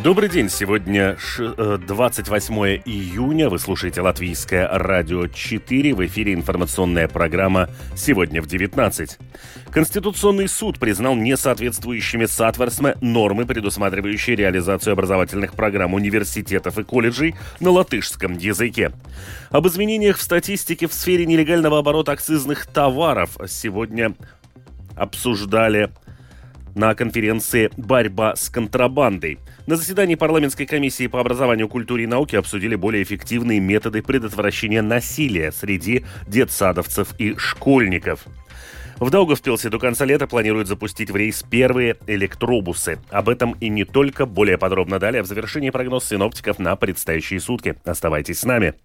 Добрый день, сегодня 28 июня, вы слушаете Латвийское радио 4, в эфире информационная программа «Сегодня в 19». Конституционный суд признал несоответствующими сатверсме нормы, предусматривающие реализацию образовательных программ университетов и колледжей на латышском языке. Об изменениях в статистике в сфере нелегального оборота акцизных товаров сегодня обсуждали на конференции «Борьба с контрабандой». На заседании парламентской комиссии по образованию, культуре и науке обсудили более эффективные методы предотвращения насилия среди детсадовцев и школьников. В Даугавпилсе до конца лета планируют запустить в рейс первые электробусы. Об этом и не только, более подробно далее в завершении прогноз синоптиков на предстоящие сутки. Оставайтесь с нами.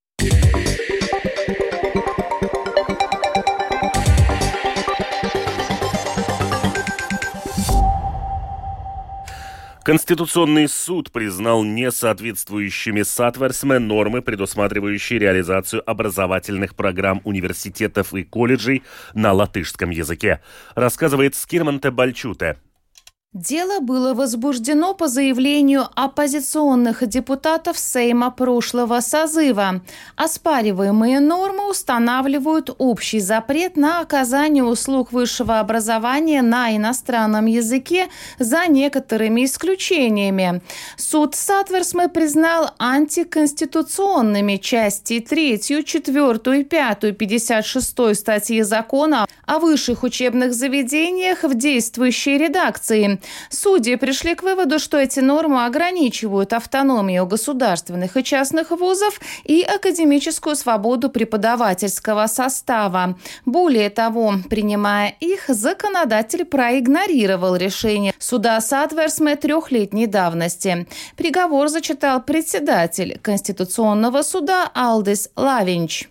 Конституционный суд признал несоответствующими сатверсме нормы, предусматривающие реализацию образовательных программ университетов и колледжей на латышском языке, рассказывает Скирманте Бальчуте. Дело было возбуждено по заявлению оппозиционных депутатов Сейма прошлого созыва. Оспариваемые нормы устанавливают общий запрет на оказание услуг высшего образования на иностранном языке за некоторыми исключениями. Суд Сатверсме признал антиконституционными части 3, 4 и 5 56 статьи закона о высших учебных заведениях в действующей редакции. Судьи пришли к выводу, что эти нормы ограничивают автономию государственных и частных вузов и академическую свободу преподавательского состава. Более того, принимая их, законодатель проигнорировал решение суда Сатверсме 3-летней давности. Приговор зачитал председатель Конституционного суда Алдис Лавинч.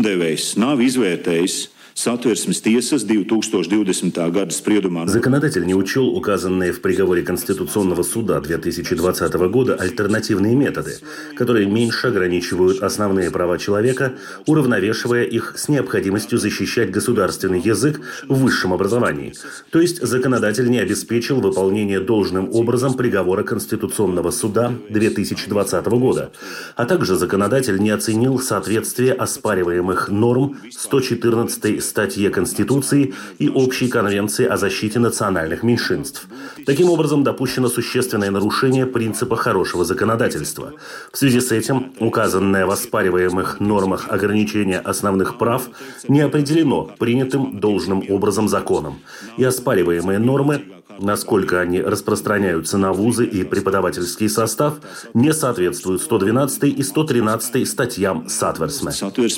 Законодатель не учел указанные в приговоре Конституционного суда 2020 года альтернативные методы, которые меньше ограничивают основные права человека, уравновешивая их с необходимостью защищать государственный язык в высшем образовании. То есть законодатель не обеспечил выполнение должным образом приговора Конституционного суда 2020 года, а также законодатель не оценил соответствие оспариваемых норм 114 статье Конституции и Общей конвенции о защите национальных меньшинств. Таким образом, допущено существенное нарушение принципа хорошего законодательства. В связи с этим, указанное в оспариваемых нормах ограничение основных прав не определено принятым должным образом законом. И оспариваемые нормы, насколько они распространяются на вузы и преподавательский состав, не соответствуют 112 и 113 статьям Сатверсме.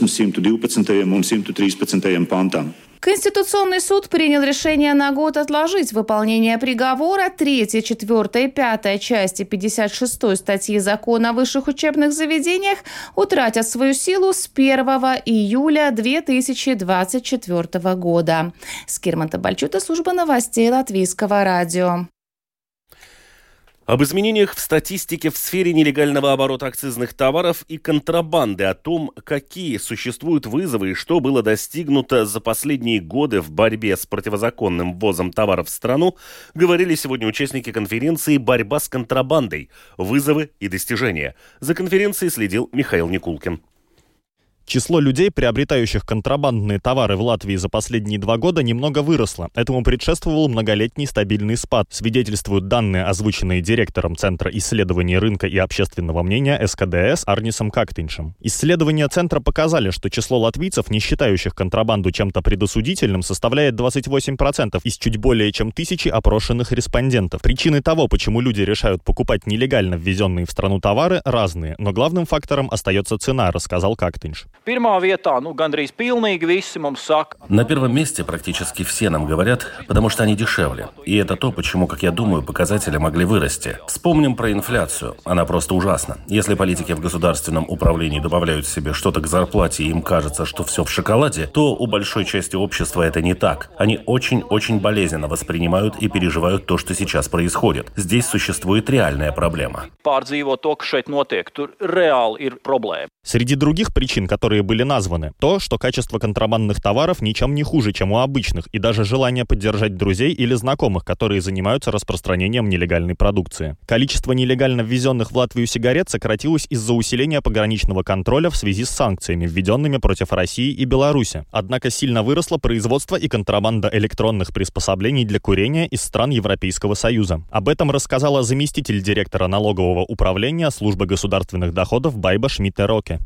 Конституционный суд принял решение на год отложить выполнение приговора. 3, 4 и 5 части 56 статьи закона о высших учебных заведениях утратят свою силу с 1 июля 2024 года. Скирманте Бальчуте, служба новостей Латвийского радио. Об изменениях в статистике в сфере нелегального оборота акцизных товаров и контрабанды, о том, какие существуют вызовы и что было достигнуто за последние годы в борьбе с противозаконным ввозом товаров в страну, говорили сегодня участники конференции «Борьба с контрабандой. Вызовы и достижения». За конференцией следил Михаил Никулкин. Число людей, приобретающих контрабандные товары в Латвии за последние 2 года, немного выросло. Этому предшествовал многолетний стабильный спад, свидетельствуют данные, озвученные директором Центра исследований рынка и общественного мнения СКДС Арнисом Кактиншем. Исследования Центра показали, что число латвийцев, не считающих контрабанду чем-то предосудительным, составляет 28% из чуть более чем 1000 опрошенных респондентов. Причины того, почему люди решают покупать нелегально ввезенные в страну товары, разные, но главным фактором остается цена, рассказал Кактинш. На первом месте практически все нам говорят, потому что они дешевле. И это то, почему, как я думаю, показатели могли вырасти. Вспомним про инфляцию. Она просто ужасна. Если политики в государственном управлении добавляют себе что-то к зарплате и им кажется, что все в шоколаде, то у большой части общества это не так. Они очень-очень болезненно воспринимают и переживают то, что сейчас происходит. Здесь существует реальная проблема. Среди других причин, которые которые были названы. То, что качество контрабандных товаров ничем не хуже, чем у обычных, и даже желание поддержать друзей или знакомых, которые занимаются распространением нелегальной продукции. Количество нелегально ввезенных в Латвию сигарет сократилось из-за усиления пограничного контроля в связи с санкциями, введенными против России и Беларуси. Однако сильно выросло производство и контрабанда электронных приспособлений для курения из стран Европейского Союза. Об этом рассказала заместитель директора налогового управления службы государственных доходов Байба Шмидте-Роке.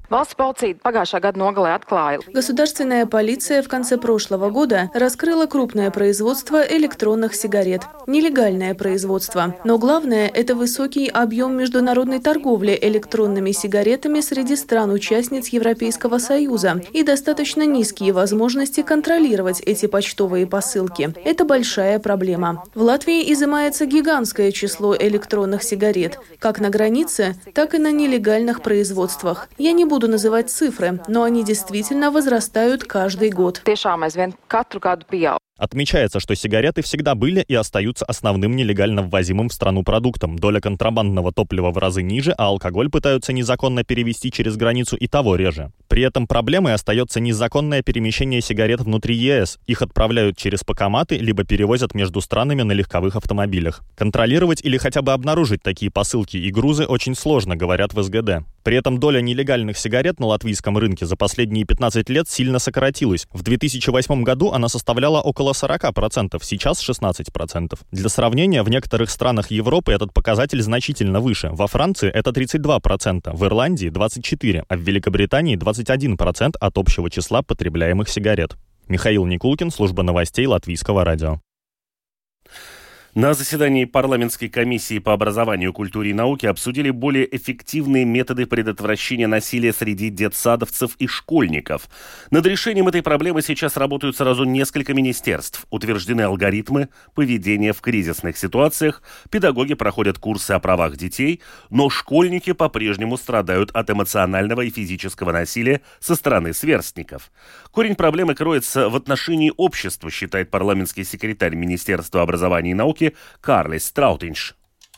Государственная полиция в конце прошлого года раскрыла крупное производство электронных сигарет. Нелегальное производство. Но главное – это высокий объем международной торговли электронными сигаретами среди стран-участниц Европейского Союза и достаточно низкие возможности контролировать эти почтовые посылки. Это большая проблема. В Латвии изымается гигантское число электронных сигарет, как на границе, так и на нелегальных производствах. Я не буду называть цифры, но они действительно возрастают каждый год. Отмечается, что сигареты всегда были и остаются основным нелегально ввозимым в страну продуктом. Доля контрабандного топлива в разы ниже, а алкоголь пытаются незаконно перевезти через границу и того реже. При этом проблемой остается незаконное перемещение сигарет внутри ЕС. Их отправляют через пакоматы, либо перевозят между странами на легковых автомобилях. Контролировать или хотя бы обнаружить такие посылки и грузы очень сложно, говорят в СГД. При этом доля нелегальных сигарет на латвийском рынке за последние 15 лет сильно сократилась. В 2008 году она составляла около 40%, сейчас 16%. Для сравнения, в некоторых странах Европы этот показатель значительно выше. Во Франции это 32%, в Ирландии 24%, а в Великобритании 21% от общего числа потребляемых сигарет. Михаил Никулкин, служба новостей Латвийского радио. На заседании парламентской комиссии по образованию, культуре и науке обсудили более эффективные методы предотвращения насилия среди детсадовцев и школьников. Над решением этой проблемы сейчас работают сразу несколько министерств. Утверждены алгоритмы поведения в кризисных ситуациях, педагоги проходят курсы о правах детей, но школьники по-прежнему страдают от эмоционального и физического насилия со стороны сверстников. Корень проблемы кроется в отношении общества, считает парламентский секретарь Министерства образования и науки Карлис Страутинш.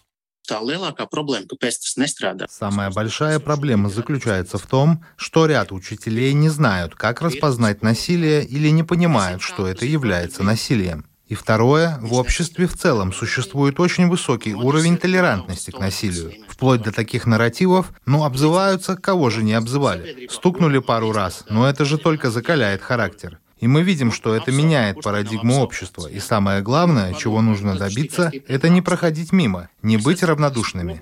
Самая большая проблема заключается в том, что ряд учителей не знают, как распознать насилие или не понимают, что это является насилием. И второе, в обществе в целом существует очень высокий уровень толерантности к насилию. Вплоть до таких нарративов, обзываются, кого же не обзывали. Стукнули пару раз, но это же только закаляет характер. И мы видим, что это меняет парадигму общества. И самое главное, чего нужно добиться, это не проходить мимо, не быть равнодушными.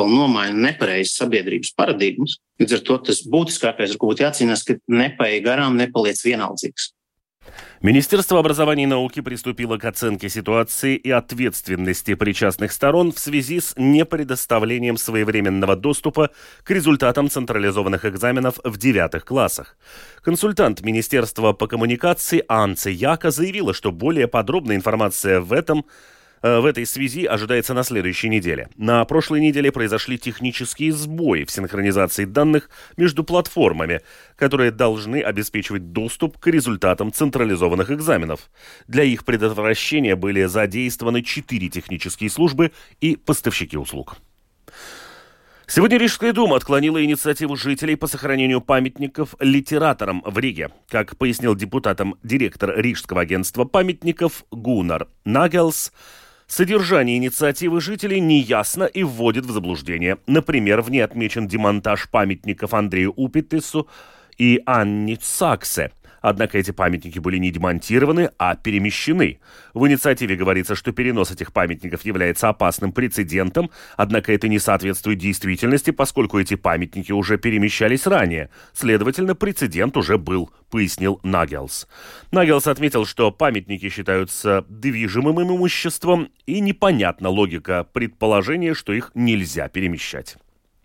Министерство образования и науки приступило к оценке ситуации и ответственности причастных сторон в связи с непредоставлением своевременного доступа к результатам централизованных экзаменов в 9 классах. Консультант Министерства по коммуникации Анце Яка заявила, что более подробная информация в этой связи ожидается на следующей неделе. На прошлой неделе произошли технические сбои в синхронизации данных между платформами, которые должны обеспечивать доступ к результатам централизованных экзаменов. Для их предотвращения были задействованы 4 технические службы и поставщики услуг. Сегодня Рижская дума отклонила инициативу жителей по сохранению памятников литераторам в Риге. Как пояснил депутатам директор Рижского агентства памятников Гуннар Нагелс, содержание инициативы жителей неясно и вводит в заблуждение. Например, в ней отмечен демонтаж памятников Андрею Упитису и Анне Саксе. Однако эти памятники были не демонтированы, а перемещены. В инициативе говорится, что перенос этих памятников является опасным прецедентом, однако это не соответствует действительности, поскольку эти памятники уже перемещались ранее. Следовательно, прецедент уже был, пояснил Нагелс. Нагелс отметил, что памятники считаются движимым имуществом, и непонятна логика предположения, что их нельзя перемещать.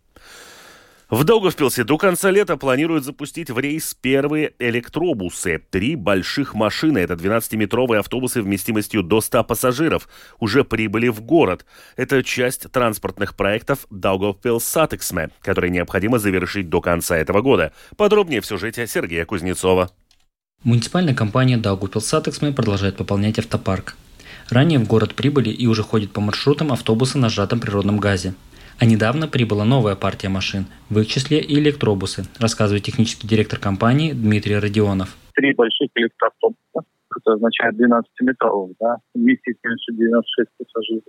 В Даугавпилсе до конца лета планируют запустить в рейс первые электробусы. 3 больших машины, это 12-метровые автобусы вместимостью до 100 пассажиров, уже прибыли в город. Это часть транспортных проектов Daugavpils Satiksme, которые необходимо завершить до конца этого года. Подробнее в сюжете Сергея Кузнецова. Муниципальная компания Daugavpils Satiksme продолжает пополнять автопарк. Ранее в город прибыли и уже ходят по маршрутам автобусы на сжатом природном газе. А недавно прибыла новая партия машин, в их числе и электробусы, рассказывает технический директор компании Дмитрий Родионов. 3 больших электроавтобуса, это означает 12-метровых, да, вместительностью 96 пассажиров,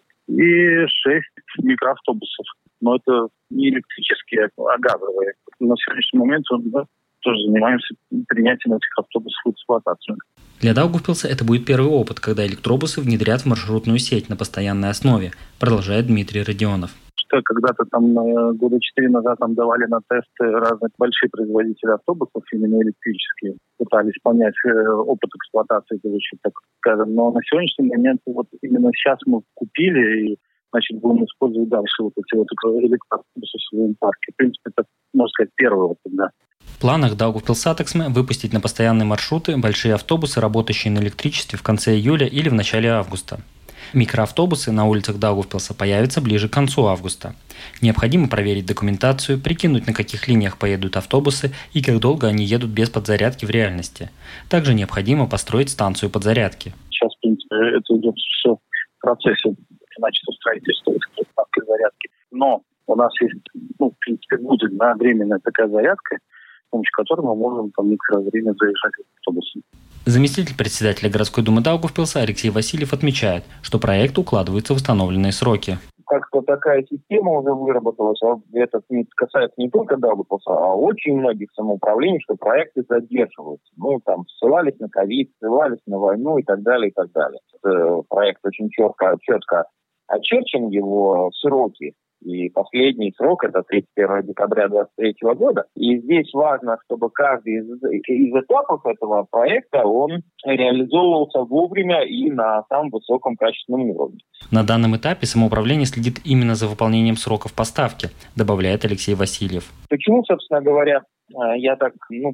и 6 микроавтобусов. Но это не электрические, а газовые. На сегодняшний момент мы тоже занимаемся принятием этих автобусов в эксплуатацию. Для Даугавпилса это будет первый опыт, когда электробусы внедрят в маршрутную сеть на постоянной основе, продолжает Дмитрий Родионов. Когда-то там года 4 назад нам давали на тесты разных больших производителей автобусов, именно электрические, пытались понять опыт эксплуатации, так скажем. Но на сегодняшний момент вот именно сейчас мы купили и будем использовать дальше вот эти электроавтобусы в своем парке. В принципе, это, можно сказать, первый опыт, да. В планах Даугавпилсатексме выпустить на постоянные маршруты большие автобусы, работающие на электричестве в конце июля или в начале августа. Микроавтобусы на улицах Даугавпилса появятся ближе к концу августа. Необходимо проверить документацию, прикинуть, на каких линиях поедут автобусы и как долго они едут без подзарядки в реальности. Также необходимо построить станцию подзарядки. Сейчас, в принципе, это идет все в процессе, начато строительство станции зарядки. Но у нас есть, в принципе, будет временная такая зарядка, с помощью которой мы можем там некоторое время заезжать в автобусы. Заместитель председателя городской думы Даугавпилса Алексей Васильев отмечает, что проект укладывается в установленные сроки. Как-то такая система уже выработалась, это касается не только Даугавпилса, а очень многих самоуправлений, что проекты задерживаются. Ссылались на ковид, ссылались на войну и так далее, и так далее. Проект очень четко очерчен, его сроки. И последний срок – это 31 декабря 2023 года. И здесь важно, чтобы каждый из этапов этого проекта, он реализовывался вовремя и на самом высоком качественном уровне. На данном этапе самоуправление следит именно за выполнением сроков поставки, добавляет Алексей Васильев. Почему, собственно говоря, я так,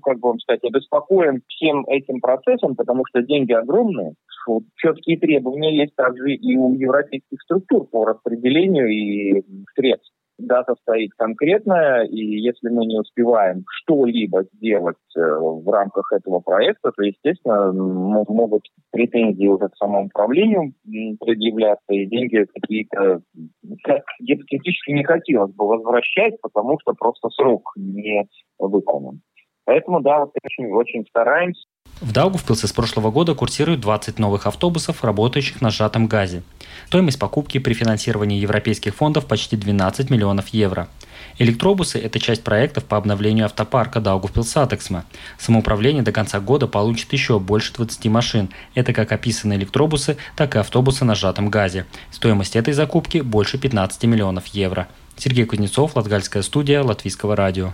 обеспокоен всем этим процессом, потому что деньги огромные. Четкие требования есть также и у европейских структур по распределению и средств. Дата стоит конкретная, и если мы не успеваем что-либо сделать в рамках этого проекта, то, естественно, могут претензии уже к самоуправлению предъявляться, и деньги какие-то гипотетически не хотелось бы возвращать, потому что просто срок не выполнен. Поэтому, очень стараемся. В Даугавпилсе с прошлого года курсируют 20 новых автобусов, работающих на сжатом газе. Стоимость покупки при финансировании европейских фондов почти 12 миллионов евро. Электробусы – это часть проектов по обновлению автопарка Даугавпилсатексме. Самоуправление до конца года получит еще больше 20 машин. Это как описанные электробусы, так и автобусы на сжатом газе. Стоимость этой закупки больше 15 миллионов евро. Сергей Кузнецов, Латгальская студия, Латвийского радио.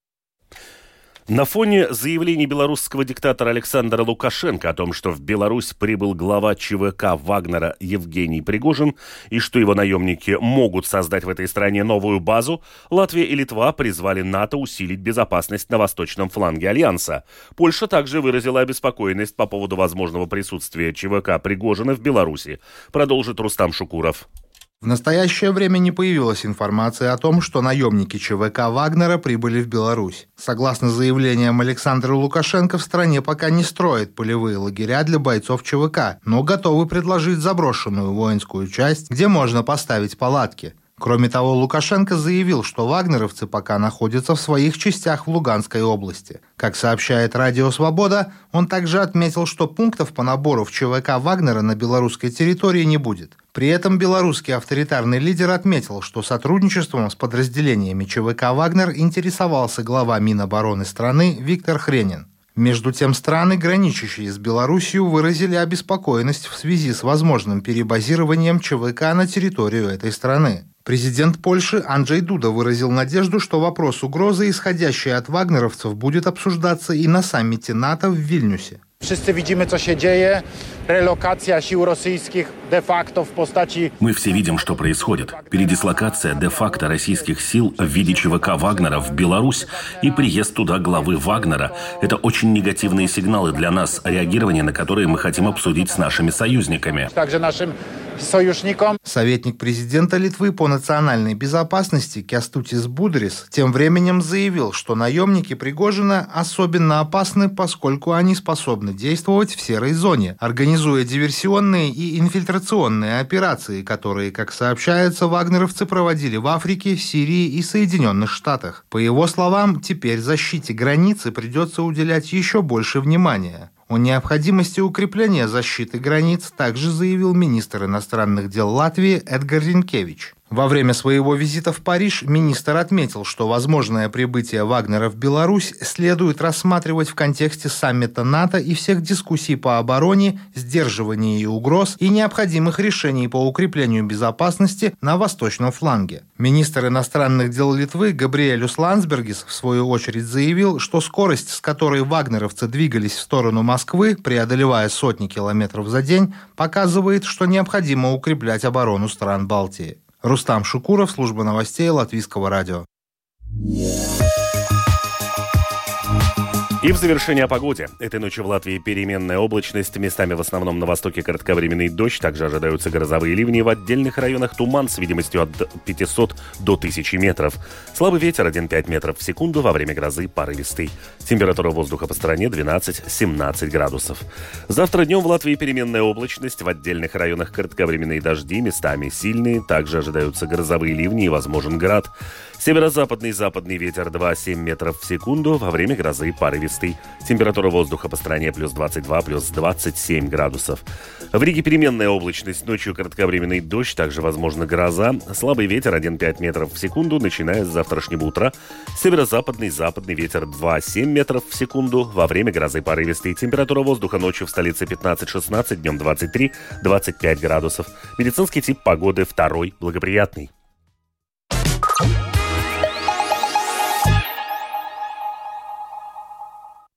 На фоне заявлений белорусского диктатора Александра Лукашенко о том, что в Беларусь прибыл глава ЧВК Вагнера Евгений Пригожин и что его наемники могут создать в этой стране новую базу, Латвия и Литва призвали НАТО усилить безопасность на восточном фланге Альянса. Польша также выразила обеспокоенность по поводу возможного присутствия ЧВК Пригожина в Беларуси. Продолжит Рустам Шукуров. В настоящее время не появилась информация о том, что наемники ЧВК Вагнера прибыли в Беларусь. Согласно заявлениям Александра Лукашенко, в стране пока не строят полевые лагеря для бойцов ЧВК, но готовы предложить заброшенную воинскую часть, где можно поставить палатки. Кроме того, Лукашенко заявил, что вагнеровцы пока находятся в своих частях в Луганской области. Как сообщает Радио Свобода, он также отметил, что пунктов по набору в ЧВК Вагнера на белорусской территории не будет. При этом белорусский авторитарный лидер отметил, что сотрудничеством с подразделениями ЧВК «Вагнер» интересовался глава Минобороны страны Виктор Хренин. Между тем, страны, граничащие с Белоруссией, выразили обеспокоенность в связи с возможным перебазированием ЧВК на территорию этой страны. Президент Польши Анджей Дуда выразил надежду, что вопрос угрозы, исходящей от вагнеровцев, будет обсуждаться и на саммите НАТО в Вильнюсе. Wszyscy widzimy, co się dzieje. Relokacja sił rosyjskich de facto w postaci... Мы все видим, что происходит. Передислокация де-факто российских сил в виде ЧВК Вагнера в Беларусь и приезд туда главы Вагнера – это очень негативные сигналы для нас, реагирование на которые мы хотим обсудить с нашими союзниками. Также нашим sojusznikom. Советник президента Литвы по национальной безопасности Кястутис Будрис тем временем заявил, что наемники Пригожина особенно опасны, поскольку они способны действовать в серой зоне, организуя диверсионные и инфильтрационные операции, которые, как сообщается, вагнеровцы проводили в Африке, Сирии и Соединенных Штатах. По его словам, теперь защите границы придется уделять еще больше внимания. О необходимости укрепления защиты границ также заявил министр иностранных дел Латвии Эдгар Ринкевич. Во время своего визита в Париж министр отметил, что возможное прибытие Вагнера в Беларусь следует рассматривать в контексте саммита НАТО и всех дискуссий по обороне, сдерживании угроз и необходимых решений по укреплению безопасности на восточном фланге. Министр иностранных дел Литвы Габриэлюс Ландсбергис в свою очередь заявил, что скорость, с которой вагнеровцы двигались в сторону Москвы, преодолевая сотни километров за день, показывает, что необходимо укреплять оборону стран Балтии. Рустам Шукуров, служба новостей Латвийского радио. И в завершение о погоде. Этой ночью в Латвии переменная облачность, местами в основном на востоке кратковременный дождь, также ожидаются грозовые ливни, в отдельных районах туман с видимостью от 500 до 1000 метров. Слабый ветер 1,5 метров в секунду, во время грозы порывистый. Температура воздуха по стране 12-17 градусов. Завтра днем в Латвии переменная облачность, в отдельных районах кратковременные дожди, местами сильные, также ожидаются грозовые ливни и возможен град. Северо-западный и западный ветер 2,7 метров в секунду, во время грозы порывистый. Температура воздуха по стране плюс 22, плюс 27 градусов. В Риге переменная облачность, ночью кратковременный дождь, также возможна гроза. Слабый ветер 1,5 метров в секунду, начиная с завтрашнего утра. Северо-западный и западный ветер 2,7 метров в секунду, во время грозы порывистый. Температура воздуха ночью в столице 15-16, днем 23-25 градусов. Медицинский тип погоды второй, благоприятный.